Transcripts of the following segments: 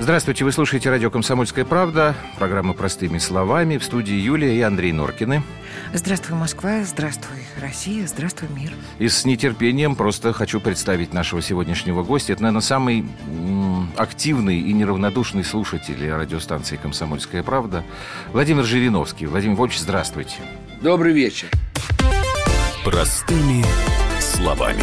Здравствуйте, вы слушаете радио «Комсомольская правда», программа «Простыми словами». В студии Юлия и Андрей Норкины. Здравствуй, Москва, здравствуй, Россия, здравствуй, мир. И с нетерпением просто хочу представить нашего сегодняшнего гостя. Это, наверное, самый активный и неравнодушный слушатель радиостанции «Комсомольская правда» Владимир Жириновский. Владимир Владимирович, здравствуйте. Добрый вечер. Простыми словами.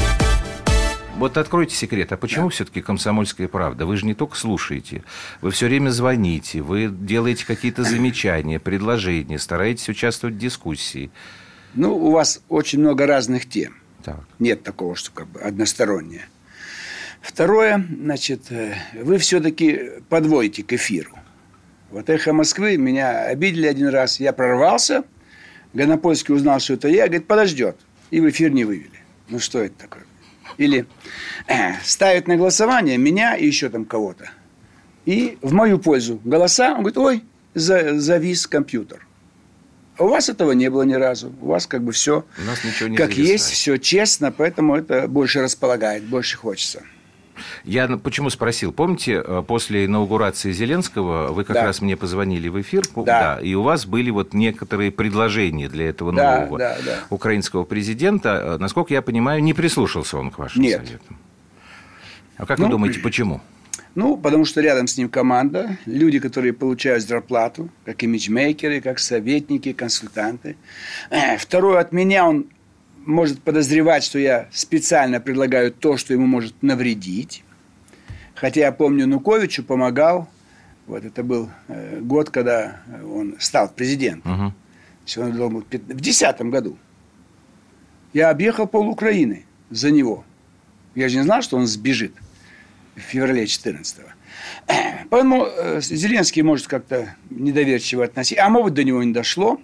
Вот откройте секрет, а почему все-таки «Комсомольская правда»? Вы же не только слушаете, вы все время звоните, вы делаете какие-то замечания, предложения, стараетесь участвовать в дискуссии. Ну, у вас очень много разных тем. Так. Нет такого, что как бы одностороннее. Второе, значит, вы все-таки подводите к эфиру. Вот «Эхо Москвы» меня обидели один раз, я прорвался, Гонопольский узнал, что это я, говорит, подождет, и в эфир не вывели. Ну, что это такое? Или ставят на голосование меня и еще там кого-то. И в мою пользу голоса. Он говорит, ой, завис компьютер. А у вас этого не было ни разу. У вас как бы все как есть, все честно. Поэтому это больше располагает, больше хочется. Я почему спросил? Помните, после инаугурации Зеленского вы как раз мне позвонили в эфир, да, и у вас были вот некоторые предложения для этого нового украинского президента. Насколько я понимаю, не прислушался он к вашим советам. А как вы думаете, почему? Ну, потому что рядом с ним команда, люди, которые получают зарплату, как имиджмейкеры, как советники, консультанты. Второе, от меня он может подозревать, что я специально предлагаю то, что ему может навредить. Хотя я помню, Януковичу помогал. Вот это был год, когда он стал президентом. Он был в 2010 году. Я объехал пол Украины за него. Я же не знал, что он сбежит в феврале 2014-го. Поэтому Зеленский может как-то недоверчиво относиться. А может, до него не дошло.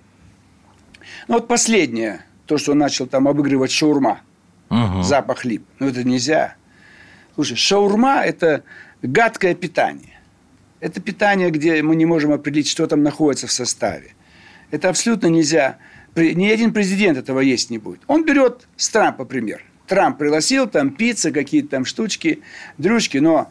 Ну, вот последнее. То, что он начал там обыгрывать шаурма. Запах лип. Ну, это нельзя. Слушай, шаурма – это гадкое питание. Это питание, где мы не можем определить, что там находится в составе. Это абсолютно нельзя. Ни один президент этого есть не будет. Он берет с Трампа пример. Трамп пригласил, там пицца, какие-то там штучки, дрючки. Но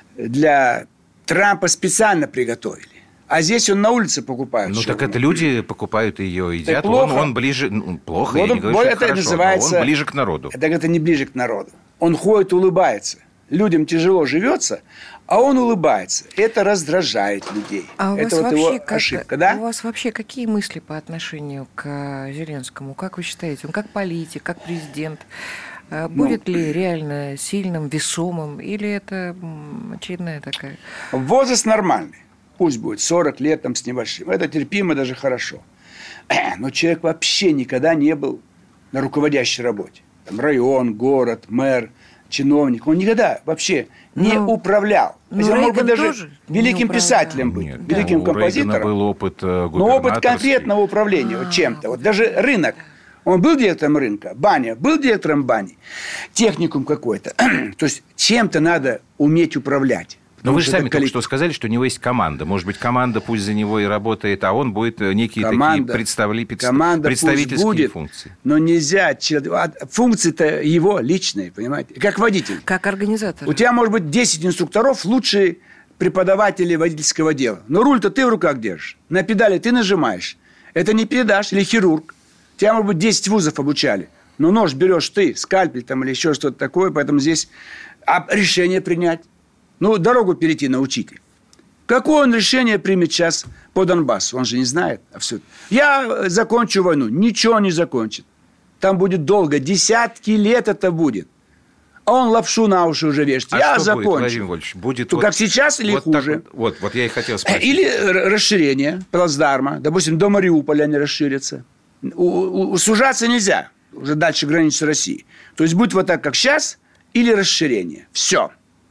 для Трампа специально приготовили. А здесь он на улице покупает. Ну, шаурму. Так это люди покупают ее, едят. Он ближе... плохо, я не говорю, что это хорошо, называется, он ближе к народу. Это не ближе к народу. Он ходит, улыбается. Людям тяжело живется, а он улыбается. Это раздражает людей. А это вот его ошибка, да? У вас вообще какие мысли по отношению к Зеленскому? Как вы считаете, он как политик, как президент? Будет ли реально сильным, весомым? Или это очередная такая... Возраст нормальный. Пусть будет 40 лет там с небольшим. Это терпимо, даже хорошо. Но человек вообще никогда не был на руководящей работе. Там район, город, мэр, чиновник. Он никогда вообще не управлял. Он мог быть даже великим писателем быть, великим композитором. У Рейгана был опыт губернаторский. Но опыт конкретного управления вот чем-то. Вот даже рынок. Он был директором рынка, баня, был директором бани, техникум какой-то. То есть чем-то надо уметь управлять. Но вы же сами только что сказали, что у него есть команда. Может быть, команда пусть за него и работает, а он будет некие такие представительские функции. Но нельзя... Функции-то его личные, понимаете? Как водитель. Как организатор. У тебя может быть 10 инструкторов, лучшие преподаватели водительского дела. Но руль-то ты в руках держишь. На педали ты нажимаешь. Это не передашь. Или хирург. Тебя, может быть, 10 вузов обучали. Но нож берешь ты, скальпель там или еще что-то такое. Поэтому здесь решение принять. Ну, дорогу перейти научите. Какое он решение примет сейчас по Донбассу? Он же не знает абсолютно. Я закончу войну. Ничего не закончит. Там будет долго. Десятки лет это будет. А он лапшу на уши уже вешает. Я закончу. Будет, Владимир Владимирович? Будет то как сейчас или вот хуже? Вот я и хотел спросить. Или расширение плацдарма. Допустим, до Мариуполя они расширятся. Сужаться нельзя. Уже дальше границы России. То есть, будет вот так, как сейчас, или расширение. Все.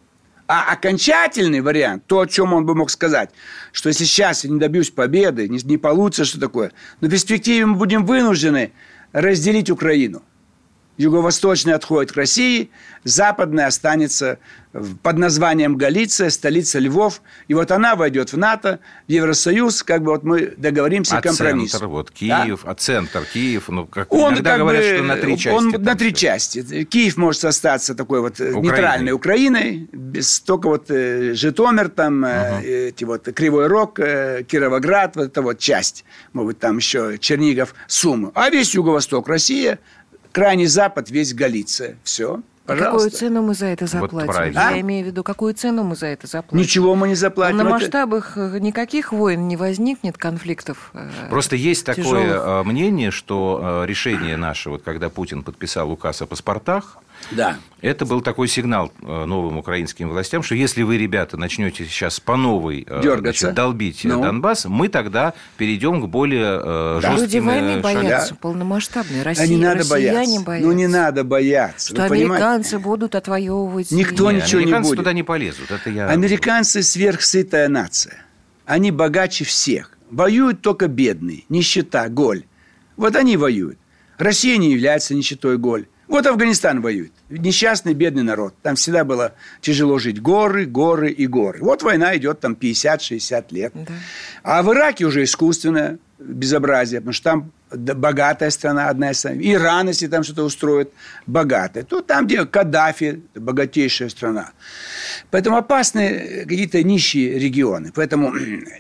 А окончательный вариант, то, о чем он бы мог сказать, что если сейчас я не добьюсь победы, не получится, что такое, но в перспективе мы будем вынуждены разделить Украину. Юго-восточная отходит к России, западная останется под названием Галиция, столица Львов. И вот она войдет в НАТО, в Евросоюз, как бы вот мы договоримся, компромисс. Центр, вот Киев, да? Центр Киев, ну, как иногда говорят, что на 3 части. Он на 3 части. Киев может остаться такой вот нейтральной Украиной, без только вот Житомир, там, эти вот Кривой Рог, Кировоград, вот эта вот часть. Может быть, там еще Чернигов, Сумы. А весь юго-восток Россия, крайний запад, весь Галиция. Все. Пожалуйста. Какую цену мы за это заплатим? Вот я имею в виду, какую цену мы за это заплатим? Ничего мы не заплатим. На масштабах никаких войн не возникнет, конфликтов. Просто есть такое мнение, что решение наше, вот когда Путин подписал указ о паспортах, да. Это был такой сигнал новым украинским властям, что если вы, ребята, начнете сейчас по новой долбить Донбасс, мы тогда перейдем к более жестким Люди войны боятся, полномасштабной. Россияне боятся. Ну, не надо бояться. Что американцы будут отвоевывать. Никто ничего не будет. Американцы туда не полезут. Американцы сверхсытая нация. Они богаче всех. Воюют только бедные. Нищета, голь. Вот они воюют. Россия не является нищетой, голь. Вот Афганистан воюет. Несчастный, бедный народ. Там всегда было тяжело жить. Горы, горы и горы. Вот война идет там 50-60 лет. Да. А в Ираке уже искусственное безобразие. Потому что там богатая страна, одна из самых. Иран, если там что-то устроит, богатая. То там, где Каддафи, богатейшая страна. Поэтому опасны какие-то нищие регионы. Поэтому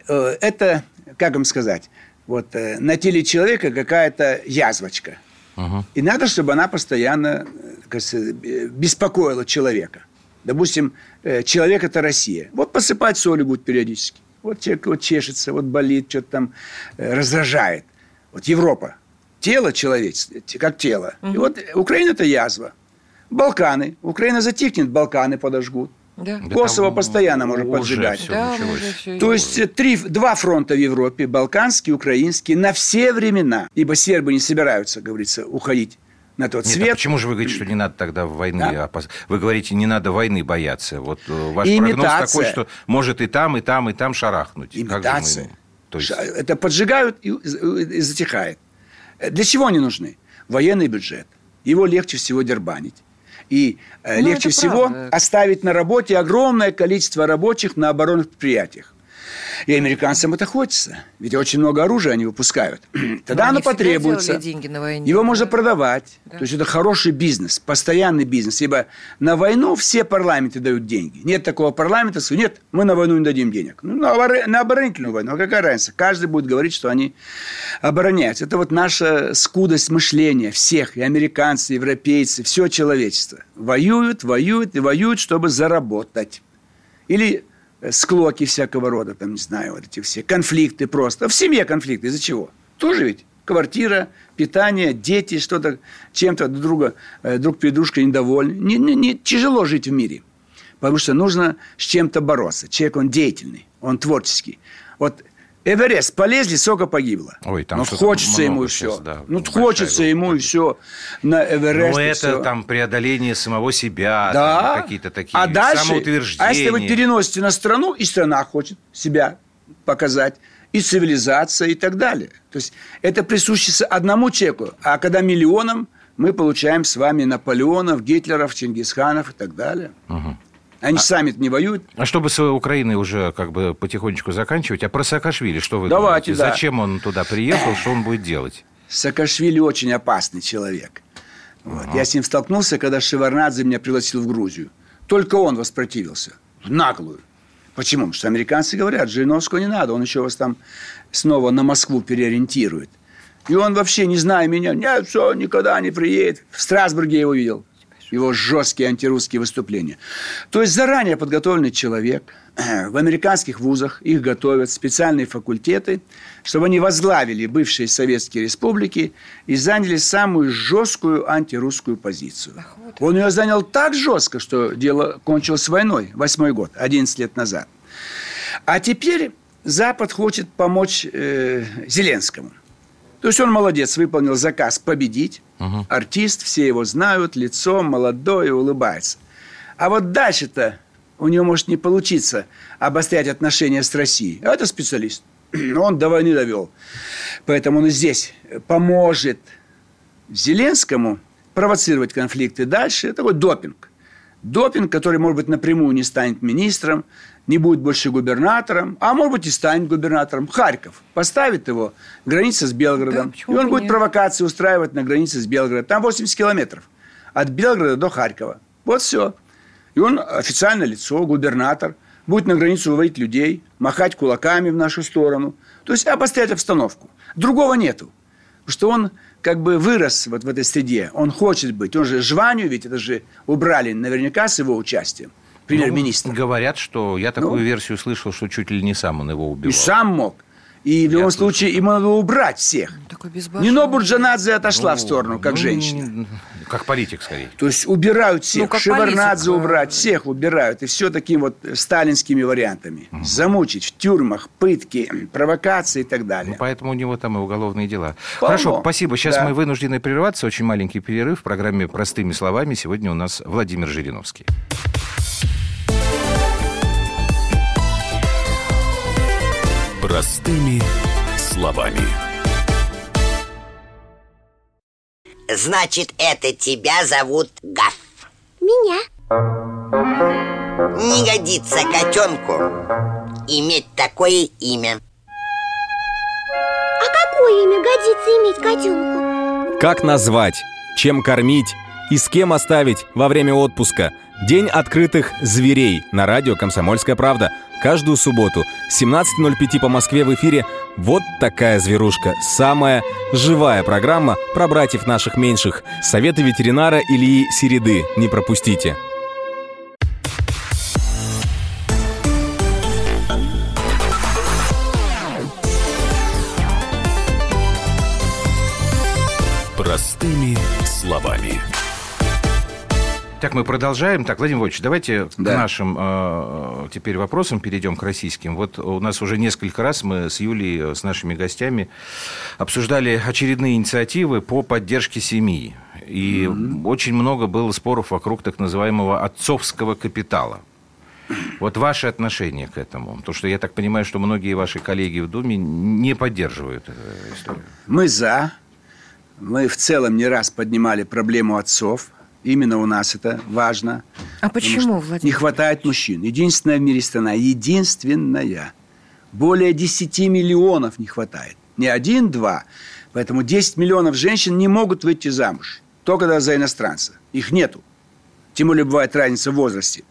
это, как вам сказать, вот на теле человека какая-то язвочка. И надо, чтобы она постоянно, кажется, беспокоила человека. Допустим, человек – это Россия. Вот посыпать солью будет периодически. Вот человек вот чешется, вот болит, что-то там раздражает. Вот Европа. Тело человеческое, как тело. И вот Украина – это язва. Балканы. Украина затихнет, Балканы подожгут. Да. Косово постоянно может поджигать. То есть 2 фронта в Европе, балканский, украинский, на все времена. Ибо сербы не собираются, говорится, уходить на тот свет. А почему же вы говорите, что не надо тогда войны? Вы говорите, не надо войны бояться. Вот ваш прогноз такой, что может и там, и там, и там шарахнуть. Имитация. Это поджигают и затихает. Для чего они нужны? Военный бюджет. Его легче всего дербанить. И легче всего оставить на работе огромное количество рабочих на оборонных предприятиях. И американцам это хочется. Ведь очень много оружия они выпускают. Тогда оно потребуется. На войне, его можно продавать. Да. То есть это хороший бизнес, постоянный бизнес. Ибо на войну все парламенты дают деньги. Нет такого парламента, что нет, мы на войну не дадим денег. Ну, на оборонительную войну. А какая разница? Каждый будет говорить, что они обороняются. Это вот наша скудость мышления всех. И американцы, и европейцы, все человечество. Воюют, воюют и воюют, чтобы заработать. Или склоки всякого рода, там, не знаю, вот эти все конфликты просто. В семье конфликты. Из-за чего? Тоже ведь квартира, питание, дети, что-то, чем-то друг перед дружкой недовольны. Не тяжело жить в мире. Потому что нужно с чем-то бороться. Человек, он деятельный, он творческий. Вот Эверест полезли, сколько погибло. Ой, там хочется ему все. Да, хочется ему и все на Эверест. Ну, это там преодоление самого себя, да. Какие-то такие самоутверждения. А если вы переносите на страну, и страна хочет себя показать, и цивилизация, и так далее. То есть это присуще одному человеку. А когда миллионам, мы получаем с вами Наполеонов, Гитлеров, Чингисханов и так далее. Угу. Они сами-то не воюют. А чтобы с Украиной уже как бы потихонечку заканчивать, а про Саакашвили что вы думаете? Да. Зачем он туда приехал, что он будет делать? Саакашвили очень опасный человек. Вот. Я с ним столкнулся, когда Шеварднадзе меня пригласил в Грузию. Только он воспротивился. В наглую. Почему? Потому что американцы говорят, Жириновского не надо, он еще вас там снова на Москву переориентирует. И он вообще, не зная меня, нет, все, никогда не приедет. В Страсбурге я его видел. Его жесткие антирусские выступления. То есть заранее подготовленный человек. В американских вузах их готовят специальные факультеты, чтобы они возглавили бывшие советские республики и заняли самую жесткую антирусскую позицию. Он ее занял так жестко, что дело кончилось войной. 8-й год, 11 лет назад. А теперь Запад хочет помочь Зеленскому. То есть он молодец, выполнил заказ победить. Артист, все его знают, лицо молодое, улыбается. А вот дальше-то у него может не получиться обострять отношения с Россией. А это специалист. Он до войны довел. Поэтому он здесь поможет Зеленскому провоцировать конфликты дальше. Это такой допинг. Допинг, который, может быть, напрямую не станет министром, не будет больше губернатором, а может быть и станет губернатором. Харьков поставит его, граница с Белгородом, да, и он будет провокации устраивать на границе с Белгородом. Там 80 километров от Белгорода до Харькова. Вот все. И он официальное лицо, губернатор, будет на границу выводить людей, махать кулаками в нашу сторону. То есть обострять обстановку. Другого нету. Потому что он как бы вырос вот в этой среде. Он хочет быть. Он же Жваню, ведь это же убрали наверняка с его участием. Премьер-министр. Говорят, что я такую версию слышал, что чуть ли не сам он его убивал. И сам мог. И в любом случае ему надо убрать всех. Нино Бурджанадзе отошла в сторону, как женщина. Как политик, скорее. То есть убирают всех. Шеварднадзе убрать, всех убирают. И все такими вот сталинскими вариантами. Замучить в тюрьмах, пытки, провокации и так далее. Поэтому у него там и уголовные дела. Хорошо, спасибо. Сейчас мы вынуждены прерваться. Очень маленький перерыв. В программе «Простыми словами» сегодня у нас Владимир Жириновский. Простыми словами. Значит, это тебя зовут Гаф? Меня. Не годится котенку иметь такое имя. А какое имя годится иметь котенку? Как назвать, чем кормить и с кем оставить во время отпуска? День открытых зверей на радио «Комсомольская правда». Каждую субботу 17:05 по Москве в эфире «Вот такая зверушка». Самая живая программа про братьев наших меньших. Советы ветеринара Ильи Середы. Не пропустите. Простыми словами. Так, мы продолжаем. Так, Владимир Владимирович, давайте к нашим теперь вопросам перейдем, к российским. Вот у нас уже несколько раз мы с Юлией, с нашими гостями, обсуждали очередные инициативы по поддержке семьи. И очень много было споров вокруг так называемого отцовского капитала. Вот ваши отношения к этому? Потому что я так понимаю, что многие ваши коллеги в Думе не поддерживают эту историю. Мы за. Мы в целом не раз поднимали проблему отцов. Именно у нас это важно. А почему, Владимир? Не хватает мужчин. Единственная в мире страна. Единственная. Более 10 миллионов не хватает. Не 1-2. Поэтому 10 миллионов женщин не могут выйти замуж. Только когда за иностранца. Их нету. Тем более бывает разница в возрасте.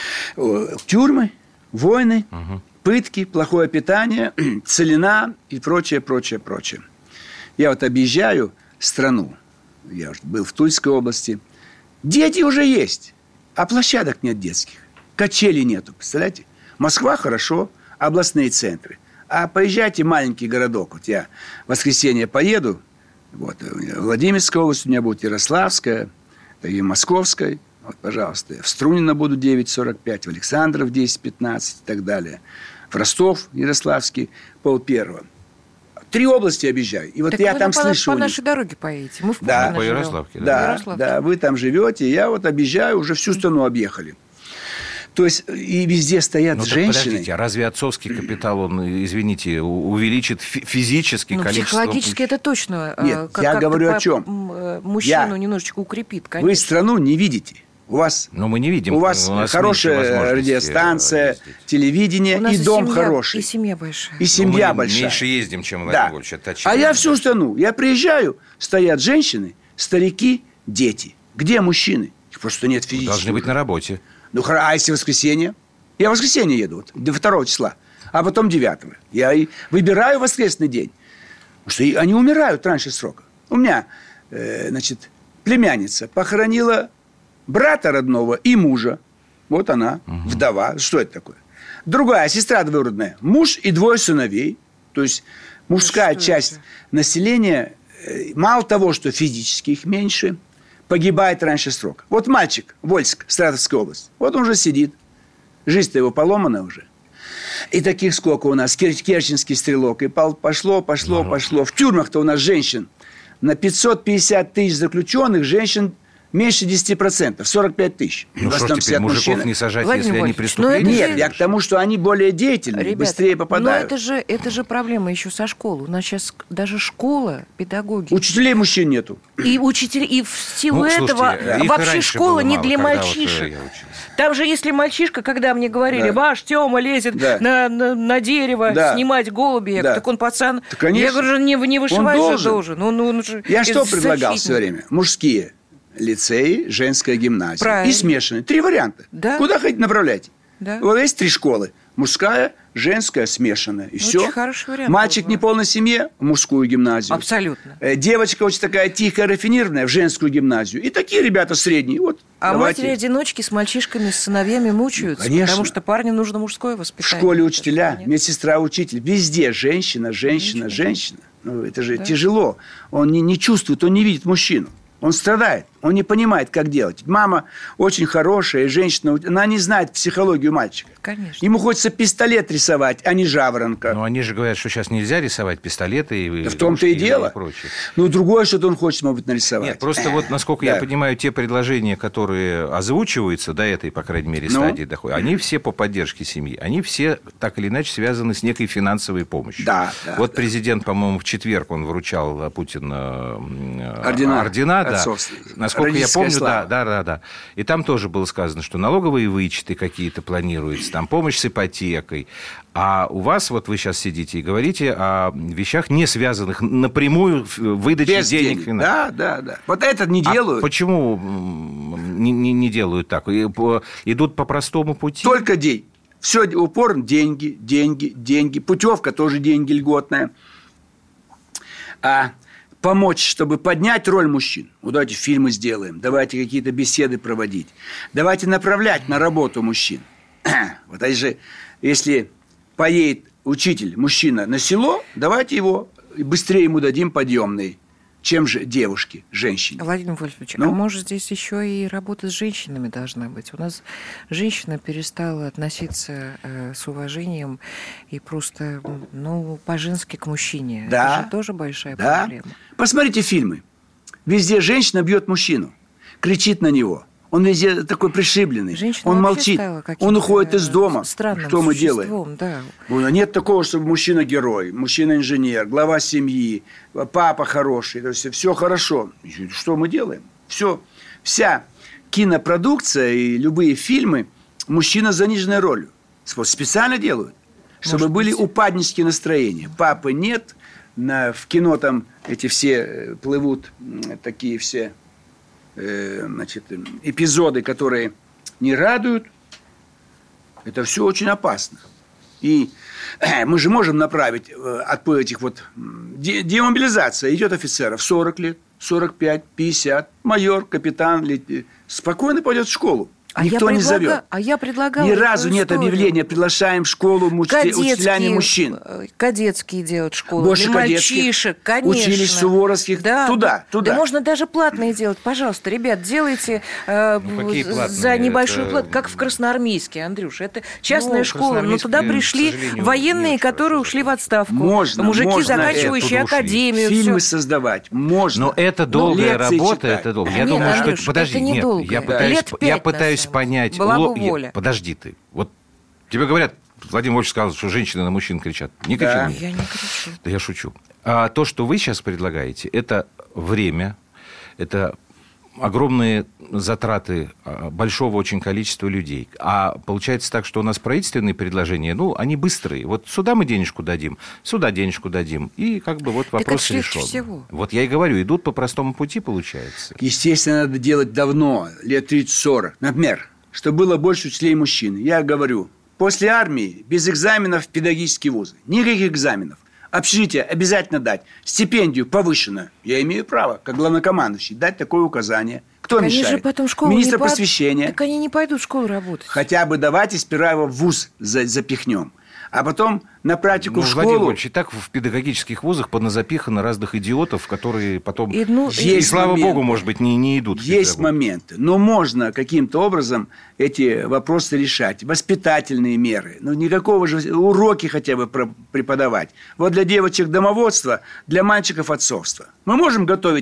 Тюрьмы, войны, пытки, плохое питание, целина и прочее, прочее, прочее. Я вот объезжаю страну. Я уже был в Тульской области. Дети уже есть, а площадок нет детских. Качелей нету, представляете? Москва хорошо, областные центры. А поезжайте в маленький городок. Вот я в воскресенье поеду. Вот, Владимирская область у меня будет, Ярославская, и Московская. Вот, пожалуйста. В Струнино буду 9:45, в Александров 10:15 и так далее. В Ростов, Ярославский, 12:30. 3 области объезжаю. И вот так я там слышу... по нашей дороге поедете. Мы в по Ярославке. Да, вы там живете. Я вот объезжаю, уже всю страну объехали. То есть, и везде стоят женщины. Подождите, а разве отцовский капитал, он, извините, увеличит физически количество... Психологически это точно. Нет, я говорю о чем. Мужчину немножечко укрепит, конечно. Вы страну не видите. У вас, мы не видим. У вас хорошая радиостанция, телевидение и дом хороший. И семья большая. И семья большая. Меньше ездим, чем Владимир Владимирович. А я всю страну. Я приезжаю, стоят женщины, старики, дети. Где мужчины? Их просто нет физически. Должны быть на работе. А если воскресенье? Я в воскресенье еду, вот, до 2 числа, а потом 9. Я и выбираю воскресный день. Потому что они умирают раньше срока. У меня, племянница похоронила брата родного и мужа. Вот она, вдова. Что это такое? Другая, сестра двоюродная. Муж и 2 сыновей. То есть мужская часть населения, мало того, что физически их меньше, погибает раньше срока. Вот мальчик, Вольск, Саратовская область. Вот он уже сидит. Жизнь-то его поломана уже. И таких сколько у нас? Керченский стрелок. И пошло. В тюрьмах-то у нас женщин. На 550 тысяч заключенных женщин Меньше 10%, 45 тысяч. Ну что ж теперь, мужиков не сажать, если они преступления? Нет, я к тому, что они более деятельны, ребят, быстрее попадают. Но это же проблема еще со школы. У нас сейчас даже школа, педагоги. Учителей мужчин нету. И учителей, и в силу этого вообще школа не для мальчишек. Там же, если мальчишка, когда мне говорили, ваш Тёма лезет на дерево снимать голубей, так он пацан. Я говорю, не вышивать же должен. Я что предлагал все время? Мужские лицей, женская гимназия. Правильно. И смешанные. 3 варианта. Да. Куда хотите направляйте. Да. Вот есть 3 школы. Мужская, женская, смешанная. И все. Хороший вариант. Мальчик в неполной семье в мужскую гимназию. Абсолютно. Девочка очень такая тихая, рафинированная в женскую гимназию. И такие ребята средние. Вот, матери-одиночки с мальчишками, с сыновьями мучаются. Конечно. Потому что парню нужно мужское воспитание. В школе учителя, медсестра, учитель. Везде женщина. Ну, это же тяжело. Он не чувствует, он не видит мужчину. Он страдает, он не понимает, как делать. Мама очень хорошая, женщина, она не знает психологию мальчика. Конечно. Ему хочется пистолет рисовать, а не жаворонка. Но они же говорят, что сейчас нельзя рисовать пистолеты и в том-то и дело. И прочее. Ну, другое что-то он хочет, может быть, нарисовать. Нет, просто вот, насколько я понимаю, те предложения, которые озвучиваются до этой, по крайней мере, стадии дохода, они все по поддержке семьи. Они все так или иначе связаны с некой финансовой помощью. Вот президент, по-моему, в четверг он вручал Путину ордена. Насколько я помню, да. И там тоже было сказано, что налоговые вычеты какие-то планируются, там помощь с ипотекой. А у вас, вот вы сейчас сидите и говорите о вещах, не связанных напрямую выдачей денег. Да. Вот это не делают. Почему не делают так? Идут по простому пути? Только деньги. Все упор деньги. Путевка тоже деньги льготная. Помочь, чтобы поднять роль мужчин. Вот давайте фильмы сделаем, давайте какие-то беседы проводить, давайте направлять на работу мужчин. Вот это же, если поедет учитель, мужчина, на село, давайте его, быстрее ему дадим подъемный, чем же девушке, женщине. Владимир Вольфович, а может здесь еще и работа с женщинами должна быть? У нас женщина перестала относиться с уважением и просто, по-женски к мужчине. Да. Это же тоже большая проблема. Посмотрите фильмы. Везде женщина бьет мужчину, кричит на него. Он везде такой пришибленный. Женщина он молчит. Он уходит из дома. Что мы делаем? Да. Нет такого, чтобы мужчина герой, мужчина инженер, глава семьи, папа хороший. То есть все хорошо. Что мы делаем? Вся кинопродукция и любые фильмы мужчина с заниженной ролью. Специально делают, чтобы были упаднические настроения. Папы нет. В кино там эти все плывут, такие все эпизоды, которые не радуют. Это все очень опасно. И мы же можем направить от этих демобилизация. Идет офицеров 40 лет, 45, 50, майор, капитан, спокойно пойдет в школу. Никто не зовет. Я предлагала. Ни разу нет объявления, приглашаем в школу учителями мужчин. Кадетские делают школы. Больше мальчишек, конечно. Училищ суворовских. Туда. Да можно даже платные делать. Пожалуйста, ребят, делайте за небольшую плату, как в Красноармейске, Андрюша. Это частная школа, но туда пришли военные, которые ушли в отставку. Мужики, заканчивающие академию. Фильмы создавать можно. Но это долгая работа. Это долго. Я думаю, что... Подожди, нет, я пытаюсь понять. Была бы воля. Подожди ты. Вот тебе говорят, Владимир Вольфович сказал, что женщины на мужчин кричат. Не кричи. Да. Я не кричу. Да я шучу. А то, что вы сейчас предлагаете, это время, это огромные затраты большого очень количества людей. А получается так, что у нас правительственные предложения, они быстрые. Вот сюда мы денежку дадим, сюда денежку дадим. И вопрос решен. Всего. Вот я и говорю, идут по простому пути, получается. Естественно, надо делать давно, лет 30-40. Например, чтобы было больше учителей мужчин. Я говорю, после армии без экзаменов в педагогические вузы. Никаких экзаменов. Общежитие обязательно дать. Стипендию повышенную. Я имею право, как главнокомандующий, дать такое указание. Кто мешает? Же потом Министр просвещения. Так они не пойдут в школу работать. Хотя бы давайте сперва его в вуз запихнем. А потом на практику в школу... Владимир Ильич, и так в педагогических вузах поназапихано разных идиотов, которые потом... И слава богу, может быть, не идут. Есть моменты. Но можно каким-то образом эти вопросы решать. Воспитательные меры. Никакого же... Уроки хотя бы преподавать. Вот для девочек домоводство, для мальчиков отцовство. Мы можем готовить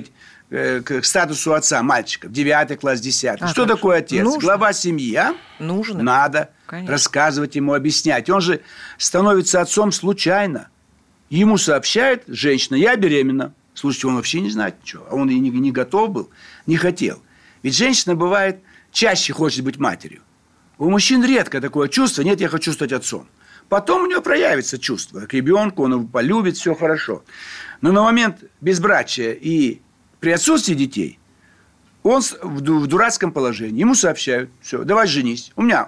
к статусу отца мальчика в 9 класс, 10. Что такое отец? Нужно. Глава семьи, а? Нужно. Надо. Конечно. Рассказывать ему, объяснять. Он же становится отцом случайно. Ему сообщает женщина: я беременна. Слушайте, он вообще не знает ничего. А он и не готов был, не хотел. Ведь женщина, бывает, чаще хочет быть матерью. У мужчин редко такое чувство: нет, я хочу стать отцом. Потом у него проявится чувство к ребенку, он его полюбит, все хорошо. Но на момент безбрачия и при отсутствии детей он в дурацком положении. Ему сообщают: все, давай женись. У меня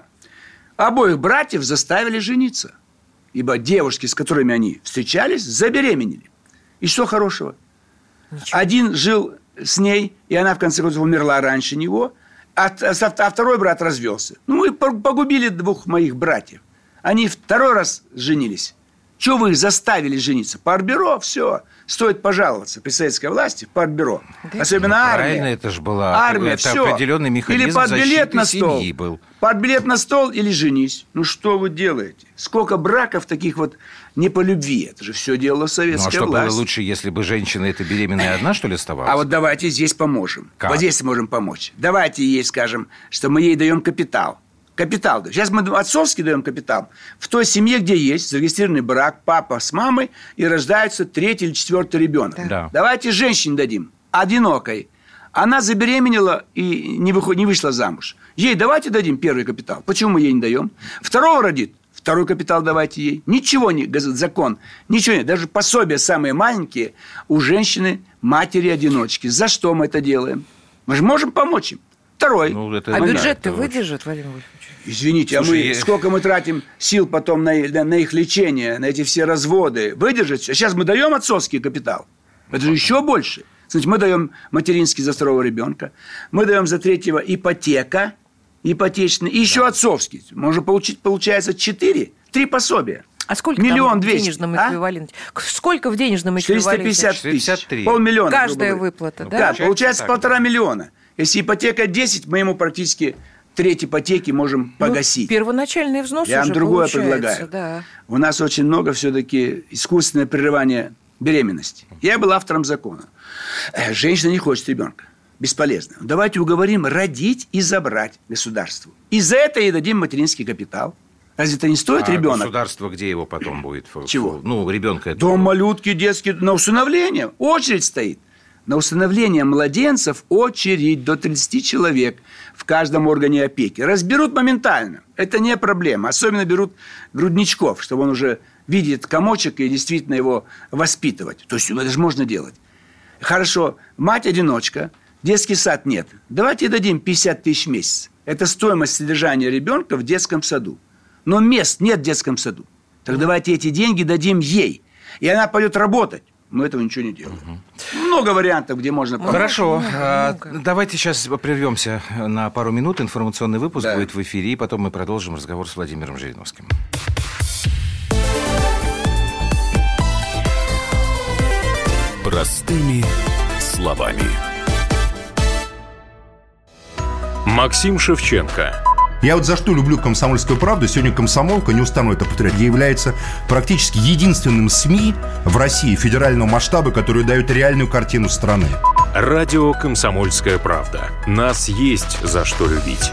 обоих братьев заставили жениться. Ибо девушки, с которыми они встречались, забеременели. И что хорошего? Ничего. Один жил с ней, и она, в конце концов, умерла раньше него, а второй брат развелся. Ну, мы погубили 2 моих братьев. Они 2 раз женились. Чего вы их заставили жениться? Партбюро, все. Стоит пожаловаться при советской власти в партбюро. Да. Особенно армия. Правильно, это же была армия, это все. Определенный механизм или защиты семьи был. Партбилет на стол или женись. Ну, что вы делаете? Сколько браков таких вот не по любви? Это же все делала советская власть. Ну, а что было лучше, если бы женщина эта беременная одна, что ли, оставалась? А вот давайте здесь поможем. Как? Вот здесь можем помочь. Давайте ей скажем, что мы ей даем капитал. Капитал. Сейчас мы отцовский даем капитал. В той семье, где есть зарегистрированный брак, папа с мамой, и рождается 3-й или 4-й ребенок. Да. Давайте женщине дадим, одинокой. Она забеременела и не вышла замуж. Ей давайте дадим 1-й капитал. Почему мы ей не даем? 2-го родит. 2-й капитал давайте ей. Ничего не, закон, ничего нет. Даже пособия самые маленькие у женщины, матери-одиночки. За что мы это делаем? Мы же можем помочь им. 2-й. Ну, бюджет-то выдержит, Владимир Вольфович? Извините, слушай, сколько мы тратим сил потом на их лечение, на эти все разводы. Выдержать все. Сейчас мы даем отцовский капитал. Это же еще больше. Значит, мы даем материнский за 2-го ребенка. Мы даем за 3-го ипотечный. И еще отцовский. Можно получить, получается, 3 пособия. А сколько 1 200 000 в денежном эквиваленте? Сколько в денежном эквиваленте? 450 000. 500 000. Каждая выплата, да? Да, получается 1,5 миллиона. Если ипотека 10, мы ему практически 1/3 ипотеки можем погасить. Первоначальный взнос Я уже вам другое получается, предлагаю. Да. У нас очень много все-таки искусственное прерывание беременности. Я был автором закона. Женщина не хочет ребенка. Бесполезно. Давайте уговорим родить и забрать государству. И за это ей дадим материнский капитал. Разве это не стоит ребенок? Государство где его потом будет? Чего? Ну, ребенка. Дом малютки, детский, на усыновление. Очередь стоит. На усыновление младенцев очередь до 30 человек в каждом органе опеки. Разберут моментально. Это не проблема. Особенно берут грудничков, чтобы он уже видит комочек и действительно его воспитывать. То есть это же можно делать. Хорошо, мать-одиночка, детский сад нет. Давайте дадим 50 000 в месяц. Это стоимость содержания ребенка в детском саду. Но мест нет в детском саду. Так давайте эти деньги дадим ей. И она пойдет работать. Мы этого ничего не делаем. Много вариантов, где можно помочь. Хорошо. Давайте сейчас прервемся на пару минут. Информационный выпуск будет в эфире. И потом мы продолжим разговор с Владимиром Жириновским. Простыми словами. Максим Шевченко. Я вот за что люблю «Комсомольскую правду». Сегодня «Комсомолка», не устану это повторять, является практически единственным СМИ в России федерального масштаба, который дает реальную картину страны. Радио «Комсомольская правда». Нас есть за что любить.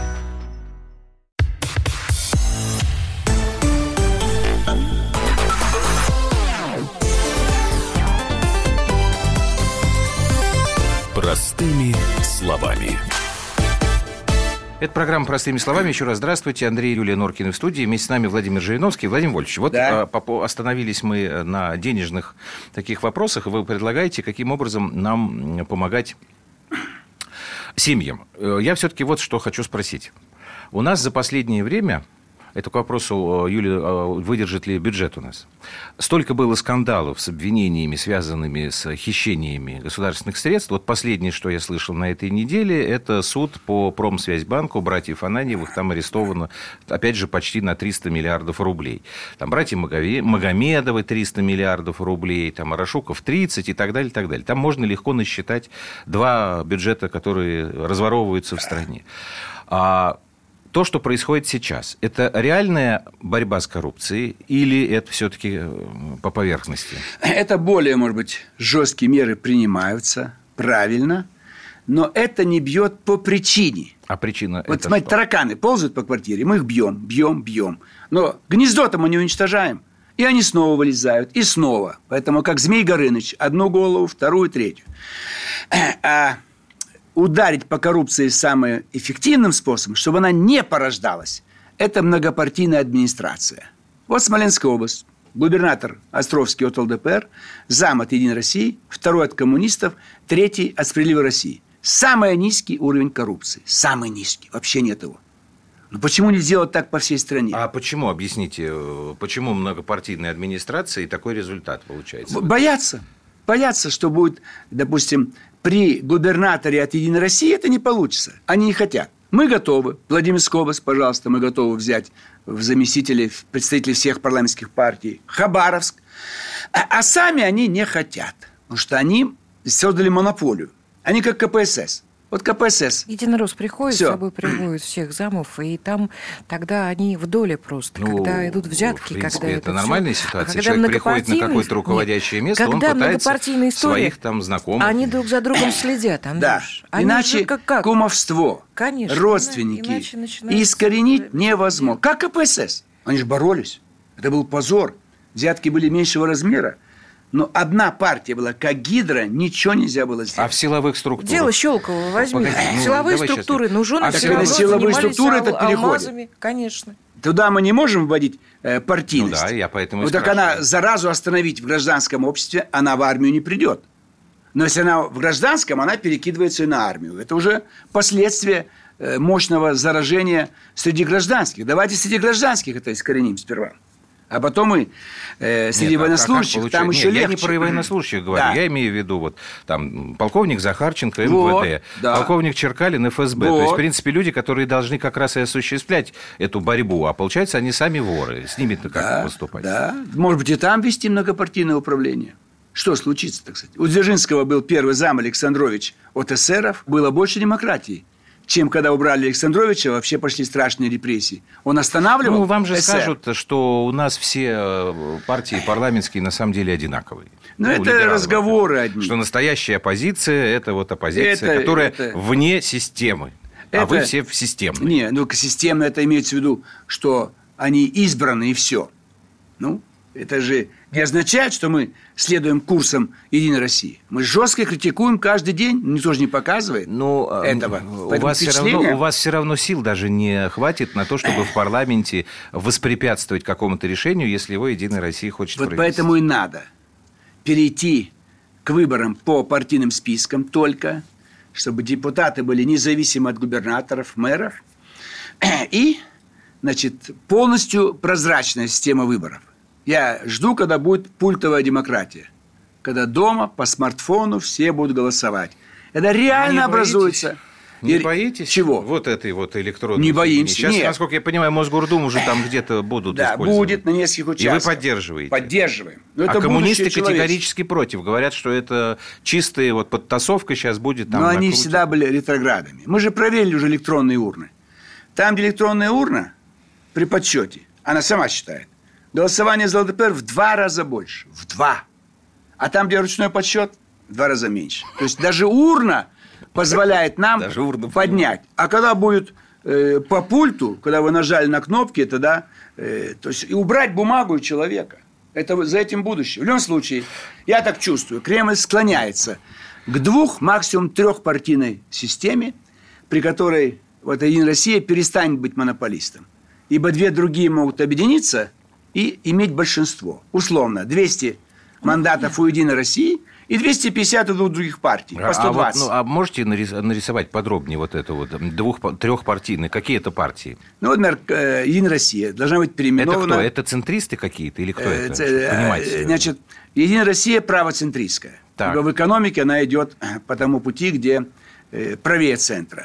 Простыми словами. Это программа «Простыми словами». Еще раз здравствуйте. Андрей и Юлия Норкины в студии. Вместе с нами Владимир Жириновский. Владимир Вольфович, вот остановились мы на денежных таких вопросах. Вы предлагаете, каким образом нам помогать семьям. Я все-таки вот что хочу спросить. У нас за последнее время... Это к вопросу, Юлия, выдержит ли бюджет у нас. Столько было скандалов с обвинениями, связанными с хищениями государственных средств. Вот последнее, что я слышал на этой неделе, это суд по Промсвязьбанку братьев Ананьевых. Там арестовано, опять же, почти на 300 миллиардов рублей. Там братья Магомедовы 300 миллиардов рублей, там Арашуков 30 и так далее, и так далее. Там можно легко насчитать 2 бюджета, которые разворовываются в стране. То, что происходит сейчас, это реальная борьба с коррупцией или это все-таки по поверхности? Это более, может быть, жесткие меры принимаются, правильно. Но это не бьет по причине. А причина вот это смотрите, что? тараканы ползают по квартире, мы их бьем. Но гнездо-то мы не уничтожаем. И они снова вылезают, и снова. Поэтому как Змей Горыныч, одну голову, вторую, третью. А ударить по коррупции самым эффективным способом, чтобы она не порождалась, это многопартийная администрация. Вот Смоленская область. Губернатор Островский от ЛДПР, зам от «Единой России», второй от коммунистов, третий от «Справедливой России». Самый низкий уровень коррупции. Самый низкий. Вообще нет его. Но почему не сделать так по всей стране? А почему, объясните, почему многопартийная администрация и такой результат получается? Боятся. Боятся, что будет, допустим, при губернаторе от «Единой России» это не получится. Они не хотят. Мы готовы. Владимирская область, пожалуйста, мы готовы взять в заместители, в представителей всех парламентских партий. Хабаровск. А сами они не хотят. Потому что они создали монополию. Они как КПСС. Вот КПСС. Единорос приходит, Всё. с собой приводит всех замов, и там тогда они в доле просто, когда идут взятки, в принципе, когда это нормальная всё. ситуация. Когда Человек приходит на какое-то многопартийность- руководящее место, он когда пытается многопартийная история, своих там знакомых. они друг за другом следят, Андрюш. Да. Они Иначе же как? кумовство, Конечно. родственники. Иначе начинается- Искоренить невозможно. Как КПСС. Они же боролись. Это был позор. Взятки были меньшего размера. Но одна партия была, как гидра, ничего нельзя было сделать. А в силовых структурах? Дело Щелкова возьми. Погоди, Силовые давай структуры, сейчас. но жены А все когда равно силовые занимались структуры, это переходит. алмазами, конечно. Туда мы не можем вводить партийность. Ну да, я поэтому и Вот так спрашиваю. она заразу остановить в гражданском обществе, она в армию не придет. Но если она в гражданском, она перекидывается и на армию. Это уже последствия мощного заражения среди гражданских. Давайте среди гражданских это искореним сперва. А потом и среди военнослужащих, там еще легче. Я не про военнослужащих говорю. Да. Я имею в виду вот, там, полковник Захарченко, МВД, Вот, да. полковник Черкалин, ФСБ. Вот. То есть, в принципе, люди, которые должны как раз и осуществлять эту борьбу. А получается, они сами воры. С ними-то как поступать? Да. Может быть, и там вести многопартийное управление. Что случится, так сказать? У Дзержинского был первый зам Александрович от эсеров. Было больше демократии, чем когда убрали Александровича, вообще пошли страшные репрессии. Он останавливал. Ну, вам же эсер. скажут, что у нас все партии парламентские на самом деле одинаковые. Ну, это либералы, разговоры одни. Что настоящая оппозиция – это вот оппозиция, которая вне системы. А вы все системные. Не, ну, системно это имеется в виду, что они избраны и все. Ну, это же не означает, что мы следуем курсам «Единой России». Мы жестко критикуем каждый день, никто же не показывает этого. У вас все равно сил даже не хватит на то, чтобы в парламенте воспрепятствовать какому-то решению, если его «Единая Россия» хочет вот провести. поэтому и надо перейти к выборам по партийным спискам только, чтобы депутаты были независимы от губернаторов, мэров, и, значит, полностью прозрачная система выборов. Я жду, когда будет пультовая демократия. Когда дома по смартфону все будут голосовать. Это реально образуется. Не боитесь? Чего? Вот этой вот электронной. Не боимся. Сейчас, Нет. насколько я понимаю, Мосгордуму уже там где-то будут Да, использовать. будет на нескольких участках. И вы поддерживаете? Поддерживаем. Но А это коммунисты будущее категорически против. Говорят, что это чистая вот подтасовка сейчас будет. Там но они накрутят. всегда были ретроградами. Мы же проверили уже электронные урны. Там, где электронная урна, при подсчете, она сама считает, голосование за ЛДПР в 2 раза больше. В 2. А там, где ручной подсчет, в 2 раза меньше. То есть даже урна позволяет нам поднять. А когда будет по пульту, когда вы нажали на кнопки, тогда то есть и убрать бумагу и человека. Это за этим будущее. В любом случае, я так чувствую, Кремль склоняется к 2, максимум 3-партийной системе, при которой вот «Единая Россия» перестанет быть монополистом. Ибо 2 другие могут объединиться и иметь большинство. Условно, 200 мандатов у «Единой России» и 250 у 2 других партий. По 120. А можете нарисовать подробнее вот это вот 3-партийные? Какие это партии? Ну, например, «Единая Россия» должна быть переименована. Это кто? Это центристы какие-то или кто это? Чтобы понимать. Значит, «Единая Россия» правоцентристская. Ибо в экономике она идет по тому пути, где правее центра.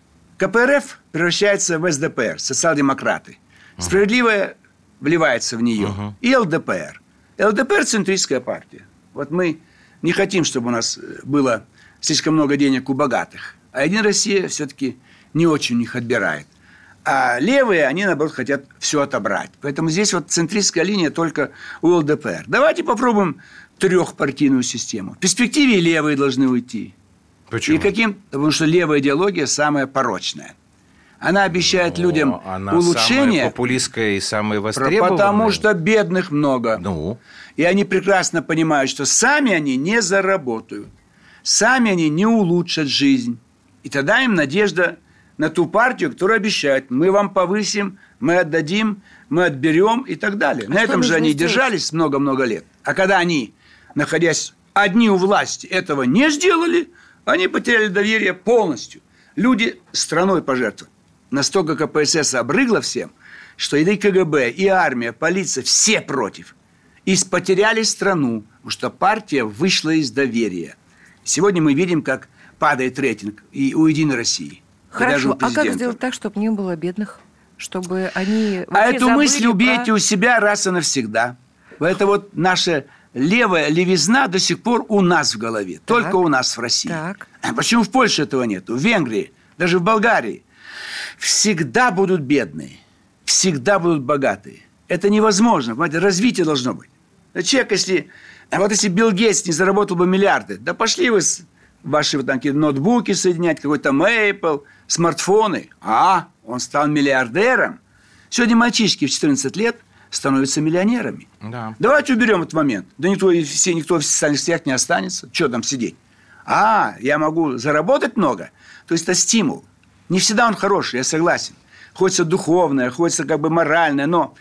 КПРФ превращается в СДПР, социал-демократы. Справедливая вливается в нее. И ЛДПР. ЛДПР – центристская партия. Вот мы не хотим, чтобы у нас было слишком много денег у богатых. А «Единая Россия» все-таки не очень у них отбирает. А левые, они, наоборот, хотят все отобрать. Поэтому здесь вот центристская линия только у ЛДПР. Давайте попробуем 3-партийную систему. В перспективе и левые должны уйти. Почему? Потому что левая идеология самая порочная. Она обещает людям улучшение. Самая популистская и самая востребованная. Потому что бедных много. Ну. И они прекрасно понимают, что сами они не заработают. Сами они не улучшат жизнь. И тогда им надежда на ту партию, которая обещает: мы вам повысим, мы отдадим, мы отберем и так далее. На этом же они держались много-много лет. А когда они, находясь одни у власти, этого не сделали, они потеряли доверие полностью. Люди страной пожертвовали. Настолько КПСС обрыгла всем, что и КГБ, и армия, полиция, все против. И потеряли страну, потому что партия вышла из доверия. Сегодня мы видим, как падает рейтинг и у «Единой России». Хорошо, а как сделать так, чтобы не было бедных? Чтобы они вообще эту мысль убейте у себя раз и навсегда. Это вот наша левая левизна до сих пор у нас в голове. Так. Только у нас в России. Так. Почему в Польше этого нет? В Венгрии, даже в Болгарии. Всегда будут бедные. Всегда будут богатые. Это невозможно. Понимаете, развитие должно быть. Человек, если Билл Гейтс не заработал бы миллиарды, да пошли вы ваши ноутбуки соединять, какой-то Apple, смартфоны. Он стал миллиардером. Сегодня мальчишки в 14 лет становятся миллионерами. Да. Давайте уберем этот момент. Да никто в социальных сетях не останется. Что там сидеть? Я могу заработать много. То есть это стимул. Не всегда он хороший, я согласен. Хочется духовное, хочется моральное, но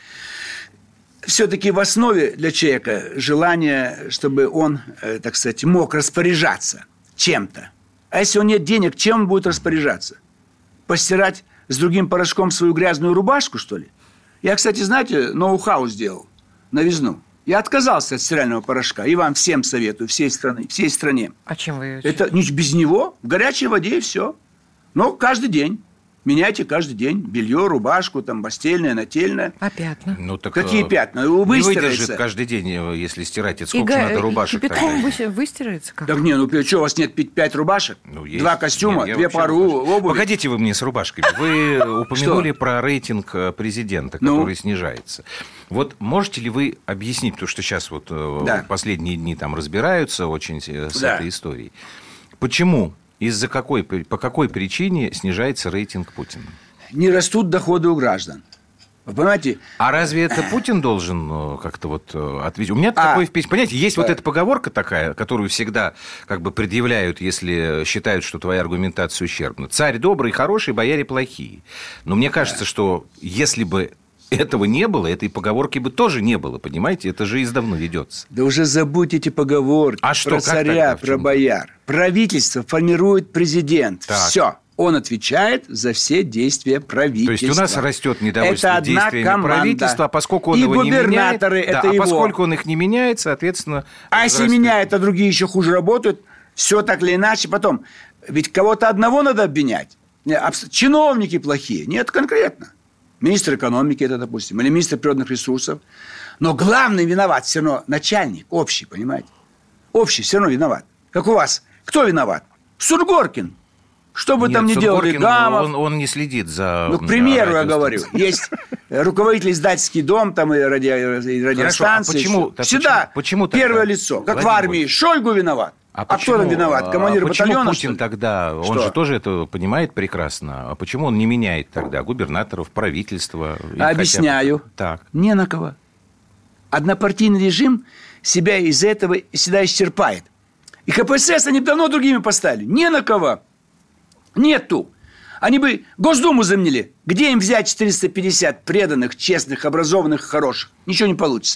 все-таки в основе для человека желание, чтобы он, так сказать, мог распоряжаться чем-то. А если он нет денег, чем он будет распоряжаться? Постирать с другим порошком свою грязную рубашку, что ли? Я, кстати, знаете, ноу-хау сделал, новизну. Я отказался от стирального порошка. И вам всем советую, всей стране. А чем вы? Это без него, в горячей воде и все. Но каждый день. Меняйте каждый день белье, рубашку, постельное, нательное. А пятна? Какие пятна? Не выдержит каждый день, если стирать. Это сколько надо рубашек? Кипятком выстирается как? Так что, у вас нет 5 рубашек? 2 костюма, 2 пары обуви? Погодите вы мне с рубашками. Вы упомянули про рейтинг президента, который снижается. Вот можете ли вы объяснить, потому что сейчас последние дни разбираются очень с этой историей. Почему? По какой причине снижается рейтинг Путина? Не растут доходы у граждан. Вы понимаете? А разве это Путин должен как-то ответить? У меня такое впечатление. Понимаете, есть эта поговорка такая, которую всегда предъявляют, если считают, что твоя аргументация ущербна. Царь добрый, хороший, бояре плохие. Но мне кажется, что если бы этого не было, этой поговорки бы тоже не было, понимаете? Это же издавна ведется. Да уже забудьте эти поговорки про царя, про бояр. Правительство формирует президент. Так. Все. Он отвечает за все действия правительства. То есть у нас растет недовольство действиями правительства, а поскольку он его не меняет, поскольку он их не меняет, соответственно... если меняет, а другие еще хуже работают, все так или иначе. Потом, ведь кого-то одного надо обвинять. Чиновники плохие. Нет, конкретно. Министр экономики это, допустим, или министр природных ресурсов. Но главный виноват все равно начальник, общий, понимаете? Общий все равно виноват. Как у вас. Кто виноват? Сургоркин. Что бы там ни делали, Гамов. Он не следит за... к примеру, я говорю. Есть руководитель издательский дом, и радиостанции. Почему первое лицо. Как в армии. Шойгу виноват. А кто там виноват? Командир батальона? Почему Путин тогда, он же тоже это понимает прекрасно, а почему он не меняет тогда губернаторов, правительства? Объясняю. Не на кого. Однопартийный режим себя из этого всегда исчерпает. И КПСС они давно другими поставили. Не на кого. Нету. Они бы Госдуму заменили. Где им взять 450 преданных, честных, образованных, хороших? Ничего не получится.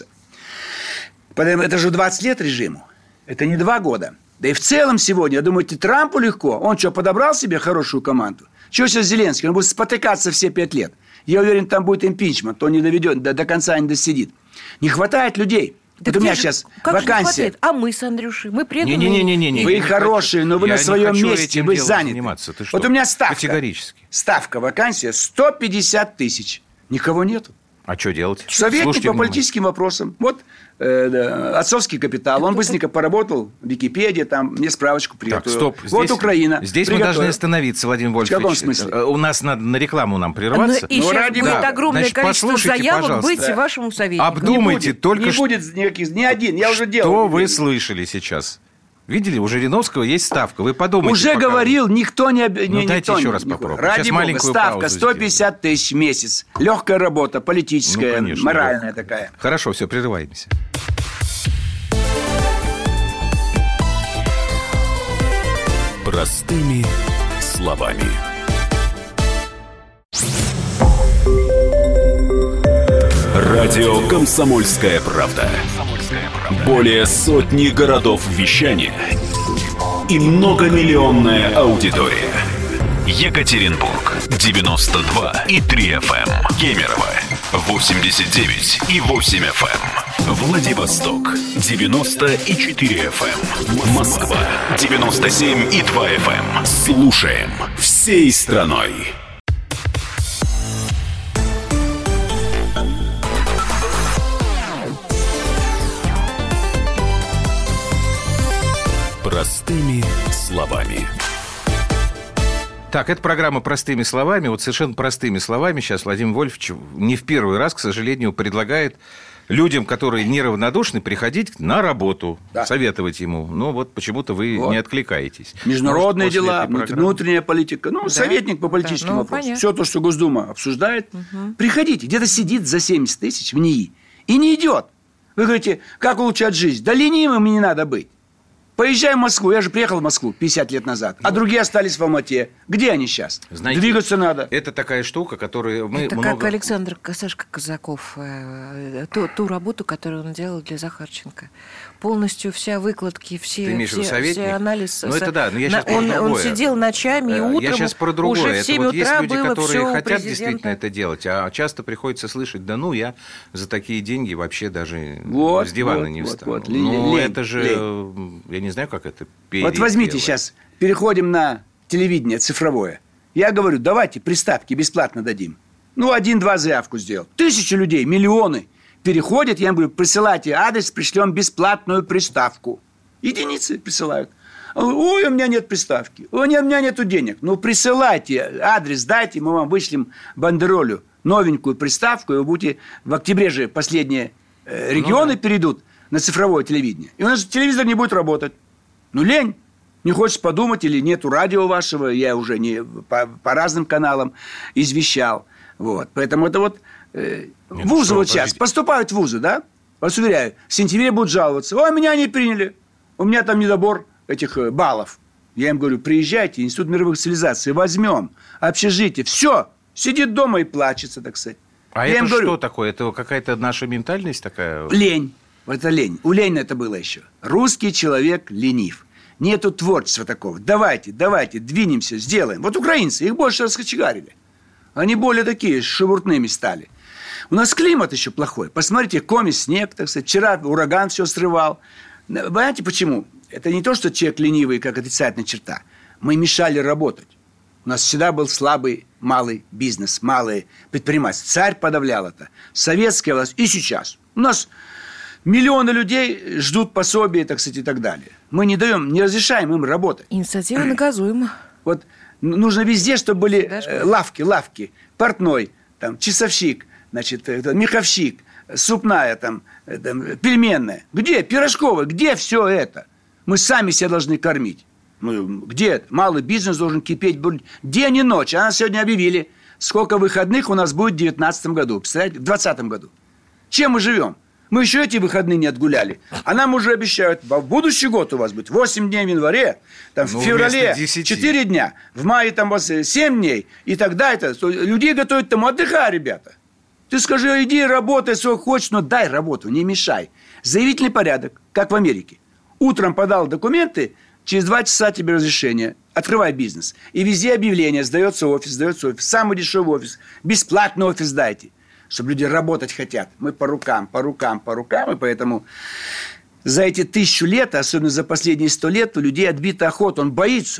Это же 20 лет режиму. Это не 2 года. Да и в целом сегодня, я думаю, Трампу легко. Он что, подобрал себе хорошую команду? Чего сейчас Зеленский? Он будет спотыкаться все 5 лет. Я уверен, там будет импичмент. Он не доведет, до конца не досидит. Не хватает людей. Так у меня сейчас вакансия. А мы с Андрюшей, мы преданные. Не. Вы хорошие, но вы на своем месте, вы заняты. Вот у меня ставка. Категорически. Ставка, вакансия 150 тысяч. Никого нету. А что делать? Советник по политическим вопросам. Вот отцовский капитал. Он быстренько поработал. Википедия, там мне справочку приготовил. Так, стоп. Вот Украина. Здесь мы должны остановиться, Владимир Вольфович. В каком смысле? У нас надо на рекламу нам прерваться. И сейчас будет огромное количество заявок быть вашему советнику. Обдумайте только что... Не будет никаких, ни один, я уже делал. Что вы слышали сейчас? Видели, у Жириновского есть ставка. Вы подумайте. Уже пока. говорил, никто не... Дайте еще раз попробуем. Ради бога, ставка 150 тысяч в месяц. Легкая работа, политическая, моральная такая. Хорошо, все, прерываемся. Простыми словами. Радио «Комсомольская правда». Более сотни городов вещания и многомиллионная аудитория. Екатеринбург 92,3 FM, Кемерово 89,8 FM, Владивосток 90,4 FM, Москва 97,2 FM. Слушаем всей страной. Простыми словами. Так, это программа «Простыми словами». Вот совершенно простыми словами сейчас Владимир Вольфович не в первый раз, к сожалению, предлагает людям, которые неравнодушны, приходить на работу, советовать ему. Но вот почему-то вы не откликаетесь. Международные дела, внутренняя политика. Советник по политическим вопросам. Понятно. Все то, что Госдума обсуждает. Приходите. Где-то сидит за 70 тысяч в НИИ и не идет. Вы говорите, как улучшать жизнь? Да ленивым не надо быть. Поезжай в Москву. Я же приехал в Москву 50 лет назад. А другие остались в Алмате. Где они сейчас? Знаете, двигаться надо. Это такая штука, которую мы это как Александр Сашка Казаков. Ту работу, которую он делал для Захарченко. Полностью вся выкладки, все анализы. Ну, это да, но я сейчас про другое. Он сидел ночами и утром. Я сейчас про другое. Уже в 7 это вот утра есть люди, было которые все хотят действительно это делать, а часто приходится слышать, я за такие деньги вообще даже с дивана не встану. Ну, это же... Я не знаю, как это Вот возьмите сейчас, переходим на телевидение цифровое. Я говорю, давайте приставки бесплатно дадим. 1-2 заявку сделал. 1000 людей, миллионы переходят. Я им говорю, присылайте адрес, пришлем бесплатную приставку. Единицы присылают. Ой, у меня нет приставки. Ой, у меня нету денег. Присылайте адрес, дайте, мы вам вышлем бандеролю, новенькую приставку, и вы будете... В октябре же последние регионы перейдут на цифровое телевидение. И у нас телевизор не будет работать. Лень. Не хочешь подумать, или нету радио вашего, я уже не по разным каналам извещал. Поэтому это вузы сейчас поступают в вузы, да? Вас уверяю, в сентябре будут жаловаться. Ой, меня не приняли. У меня там недобор этих баллов. Я им говорю, приезжайте, Институт мировых цивилизаций, возьмем общежитие. Все, сидит дома и плачется, так сказать. А это что такое? Это какая-то наша ментальность такая? Лень. Это лень. У Ленина это было еще. Русский человек ленив. Нету творчества такого. Давайте, двинемся, сделаем. Украинцы, их больше раскочегарили. Они более такие шебуртными стали. У нас климат еще плохой. Посмотрите, снег, так сказать. Вчера ураган все срывал. Понимаете, почему? Это не то, что человек ленивый, как отрицательная черта. Мы мешали работать. У нас всегда был слабый малый бизнес, малые предпринимательства. Царь подавлял это. Советская власть и сейчас. У нас... Миллионы людей ждут пособия, так сказать, и так далее. Мы не разрешаем им работать. Инициатива наказуема. Нужно везде, чтобы были лавки. Портной, часовщик, меховщик, супная, пельменная. Где? Пирожковая. Где все это? Мы сами себя должны кормить. Где? Малый бизнес должен кипеть день и ночь. А нас сегодня объявили, сколько выходных у нас будет в 2019 году. Представляете? В 2020 году. Чем мы живем? Мы еще эти выходные не отгуляли. А нам уже обещают, в будущий год у вас будет 8 дней в январе, в феврале 4 дня, в мае 7 дней. И тогда людей готовят отдыхай, ребята. Ты скажи, иди работай, сколько хочешь, но дай работу, не мешай. Заявительный порядок, как в Америке. Утром подал документы, через 2 часа тебе разрешение. Открывай бизнес. И везде объявление, сдается офис. Самый дешевый офис. Бесплатный офис дайте. Чтобы люди работать хотят. Мы по рукам. И поэтому за эти 1000 лет, особенно за последние 100 лет, у людей отбита охота. Он боится.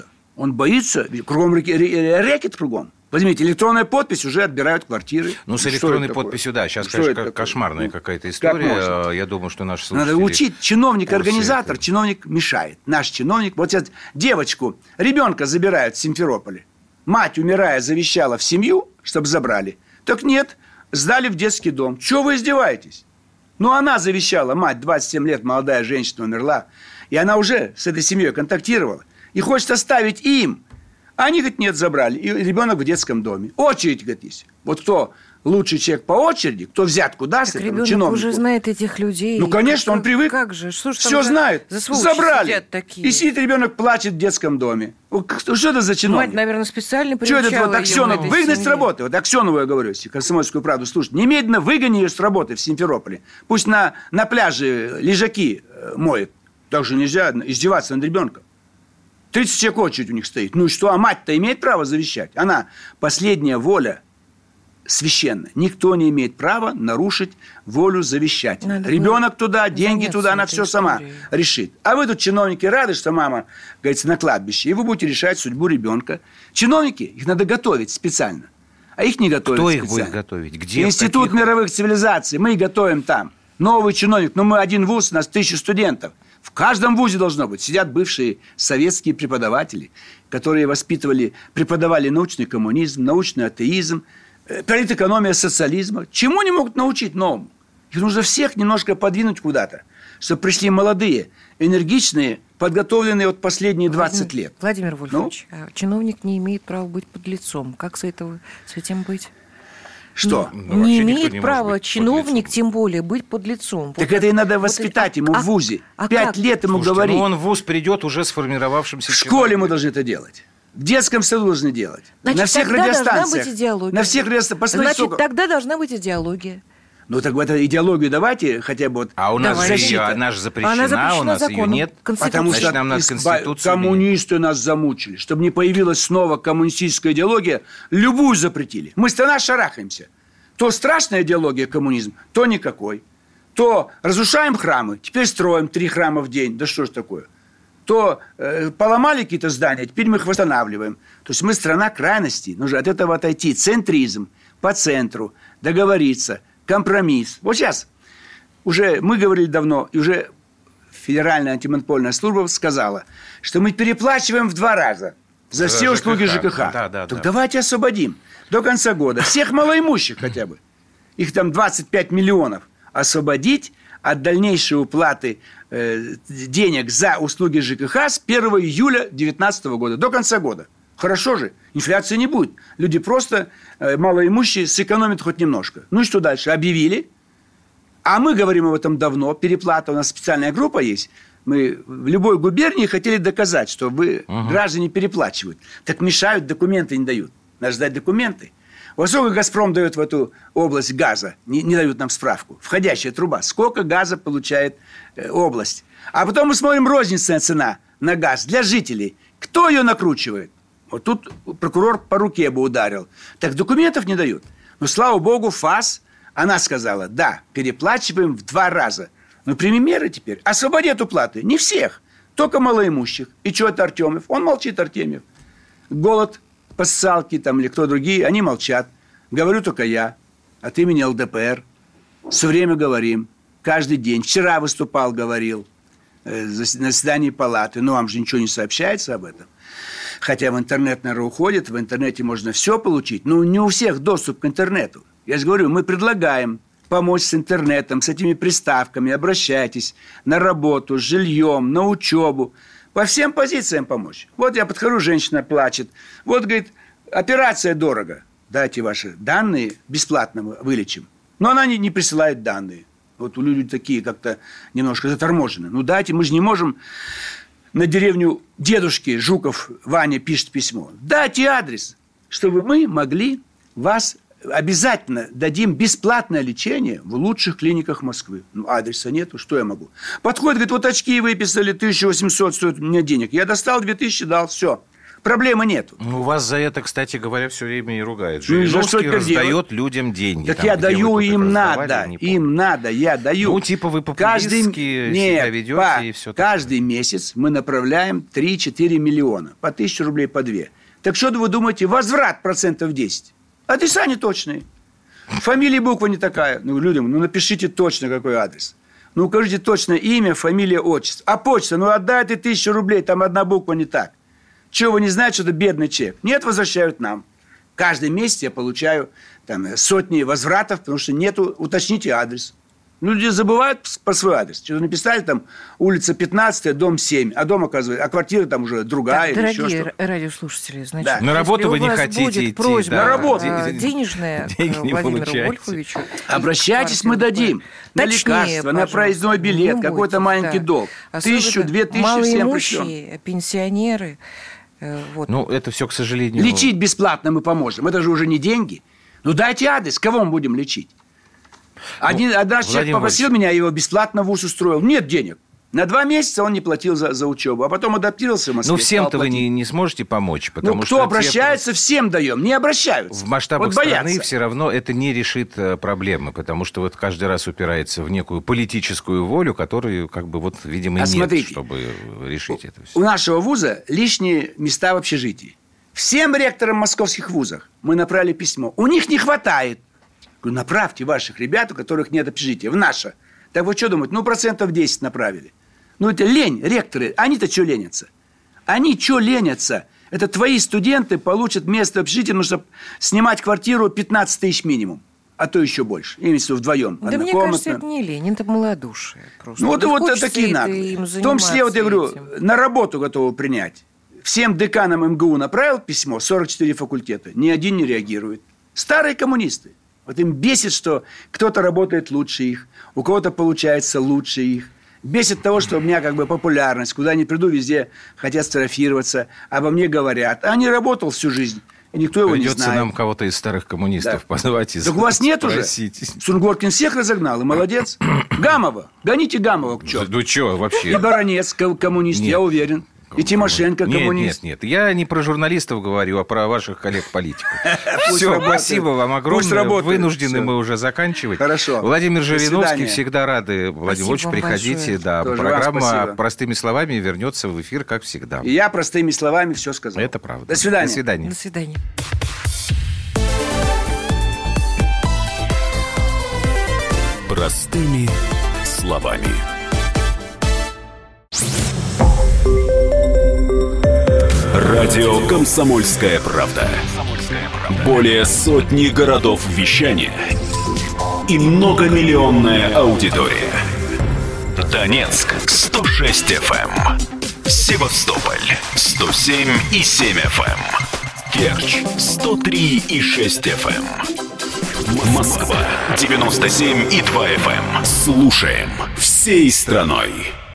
Кругом рэкет кругом. Возьмите, электронная подпись, уже отбирают квартиры. С электронной подписью, да. Сейчас, конечно, кошмарная какая-то история. Я думаю, что наши слушатели... Надо учить. Чиновник-организатор, чиновник мешает. Наш чиновник... Сейчас девочку, ребенка забирают в Симферополе. Мать, умирая, завещала в семью, чтобы забрали. Так нет... Сдали в детский дом. Чего вы издеваетесь? Она завещала, мать, 27 лет, молодая женщина умерла. И она уже с этой семьей контактировала. И хочет оставить им. А они, говорит, нет, забрали. И ребенок в детском доме. Очередь, говорит, есть. Вот кто лучший человек по очереди, кто взятку даст этому чиновнику. Уже знает этих людей. Ну, конечно, он привык. Как же? Что ж все знает. Забрали. Такие? И сидит ребенок, плачет в детском доме. Что это за чиновник? Мать, наверное, специально приучала. Что это вот Аксенов? Выгнать с работы. Вот Аксенову я говорю, если «Комсомольскую правду» слушать. Немедленно выгони ее с работы в Симферополе. Пусть на пляже лежаки моет. Так же нельзя издеваться над ребенком. 30 человек очередь у них стоит. Ну и что? А мать-то имеет право завещать? Она последняя воля священна. Никто не имеет права нарушить волю завещателя. Ребенок туда, деньги туда, она все сама решит. А вы тут, чиновники, рады, что мама, говорится, на кладбище, и вы будете решать судьбу ребенка. Чиновники, их надо готовить специально. А их не готовят специально. Кто их будет готовить? Где? Институт мировых цивилизаций. Мы их готовим там. Новый чиновник. Но мы один вуз, у нас 1000 студентов. В каждом вузе должно быть. Сидят бывшие советские преподаватели, которые преподавали научный коммунизм, научный атеизм, политэкономия социализма. Чему они могут научить новому? Их нужно всех немножко подвинуть куда-то, чтобы пришли молодые, энергичные, подготовленные от последние 20 лет. Владимир Вольфович, чиновник не имеет права быть подлецом. Как с этим быть? Что? Не имеет права чиновник, тем более, быть подлецом. Так это и надо воспитать ему в вузе. 5 лет ему говорить. Но он в вуз придет уже сформировавшимся. В школе мы должны это делать. В детском саду должны делать. Значит, на всех радиостанциях. На всех радиостанциях. Значит, тогда должна быть идеология. Ну, так в эту идеологию давайте хотя бы вот... А у нас же она же запрещена, у нас законом, ее нет. Потому что нам надо Конституцию коммунисты нас замучили. Чтобы не появилась снова коммунистическая идеология, любую запретили. Мы страна шарахаемся. То страшная идеология коммунизм, то никакой. То разрушаем храмы, теперь строим 3 храма в день. Да что ж такое? То поломали какие-то здания, теперь мы их восстанавливаем. То есть мы страна крайностей. Нужно от этого отойти. Центризм, по центру, договориться, компромисс. Вот сейчас уже мы говорили давно, и уже Федеральная антимонопольная служба сказала, что мы переплачиваем в 2 раза за все услуги ЖКХ. Так давайте освободим до конца года всех малоимущих хотя бы. Их там 25 миллионов. Освободить от дальнейшей уплаты денег за услуги ЖКХ с 1 июля 2019 года до конца года. Хорошо же, инфляции не будет. Люди просто малоимущие сэкономят хоть немножко. Ну и что дальше? Объявили. А мы говорим об этом давно. Переплата, у нас специальная группа есть. Мы в любой губернии хотели доказать, что граждане переплачивают. Так мешают, документы не дают. Надо ждать документы. Вот сколько «Газпром» дает в эту область газа, не дают нам справку. Входящая труба. Сколько газа получает область. А потом мы смотрим розничная цена на газ для жителей. Кто ее накручивает? Вот тут прокурор по руке бы ударил. Так документов не дают. Но, слава богу, ФАС, она сказала, да, переплачиваем в 2 раза. Но прими меры теперь. Освободи от уплаты. Не всех. Только малоимущих. И что это Артемьев? Он молчит, Артемьев. Голод, поссалки там или кто другие, они молчат. Говорю только я. От имени ЛДПР. Все время говорим. Каждый день. Вчера выступал, говорил. На заседании палаты. Но вам же ничего не сообщается об этом. Хотя в интернет, наверное, уходит. В интернете можно все получить. Но не у всех доступ к интернету. Я же говорю, мы предлагаем помочь с интернетом, с этими приставками. Обращайтесь на работу, с жильем, на учебу. По всем позициям помочь. Вот я подхожу, женщина плачет. Вот, говорит, операция дорого. Дайте ваши данные, бесплатно вылечим. Но она не присылает данные. Вот у людей такие как-то немножко заторможены. Ну дайте, мы же не можем на деревню дедушки Жуков Ваня пишет письмо. Дайте адрес, чтобы мы могли вас... Обязательно дадим бесплатное лечение в лучших клиниках Москвы. Ну, адреса нету, что я могу? Подходит, говорит, вот очки выписали, 1800 стоит у меня денег. Я достал 2000, дал, все. Проблемы нету. У вас за это, кстати говоря, все время и ругают. Жириновский раздает людям деньги. Так там, я даю, им надо, я даю. Ну, типа вы популистски себя ведете и все такое. Каждый месяц мы направляем 3-4 миллиона. По 1000 рублей, по 2. Так что вы думаете, возврат 10%? Адреса не точные. Фамилия и буква не такая. Ну, людям, напишите точно, какой адрес. Ну, укажите точно имя, фамилия, отчество. А почта, отдай ты 1000 рублей, там одна буква не так. Чего вы не знаете, что это бедный чек? Нет, возвращают нам. Каждый месяц я получаю там, сотни возвратов, потому что нету, уточните адрес. Люди забывают про свой адрес. Что-то написали там улица 15, дом 7, а дом, оказывается, а квартира там уже другая. Так, или еще что-то. дорогие радиослушатели, значит, Да. На работу вы не хотите идти. Просьба, на работу. Денежная к Владимиру Вольфовичу. Обращайтесь, мы дадим. На лекарства, на проездной билет, какой-то маленький долг. 1000, 2000, всем пришлем. Малоимущие, пенсионеры. Вот. Ну, это все, к сожалению... Лечить бесплатно мы поможем. Это же уже не деньги. Ну, дайте адрес, кого мы будем лечить? Один человек попросил меня, я его бесплатно в вуз устроил. Нет денег. На 2 месяца он не платил за учебу, а потом адаптировался в Москве. Ну, всем-то вы не сможете помочь, потому что... кто обращается, всем даем. Не обращаются. В масштабах страны все равно это не решит проблемы, потому что вот каждый раз упирается в некую политическую волю, которую, как бы, вот, видимо, нет, смотрите, чтобы решить это все. У нашего вуза лишние места в общежитии. Всем ректорам московских вузов мы направили письмо. У них не хватает. Говорю, направьте ваших ребят, у которых нет общежития, в наше. Так вы что думаете? 10% направили. Ну, это лень, ректоры. Они-то что ленятся? Они что ленятся? Это твои студенты получат место в общежитии, нужно снимать квартиру 15 тысяч минимум. А то еще больше. Имеется вдвоем. Да мне кажется, это не лень, это малодушие. Просто. Ну, вот такие наглые. В том числе, вот я говорю, на работу готовы принять. Всем деканам МГУ направил письмо, 44 факультета. Ни один не реагирует. Старые коммунисты. Вот им бесит, что кто-то работает лучше их, у кого-то получается лучше их. Бесит того, что у меня как бы популярность, куда ни приду, везде хотят сфотографироваться, обо мне говорят. А не работал всю жизнь, и никто его не знает. Придется нам кого-то из старых коммунистов позвать и так у вас нет уже? Сунгоркин всех разогнал, и молодец. Гамова, гоните Гамова к черту. Ну что вообще? И Баранец коммунист, я уверен. И Тимошенко коммунист. Нет. Я не про журналистов говорю, а про ваших коллег-политиков. Все, спасибо вам огромное. Вынуждены мы уже заканчивать. Хорошо. Владимир Жириновский, всегда рады. Владимир Владимирович, приходите. Да, программа «Простыми словами» вернется в эфир, как всегда. И я простыми словами все сказал. Это правда. До свидания. До свидания. До свидания. Простыми словами. Радио «Комсомольская правда». Более сотни городов вещания и многомиллионная аудитория. Донецк 106 FM, Севастополь 107,7 FM, Керчь 103,6 FM, Москва 97,2 FM. Слушаем всей страной.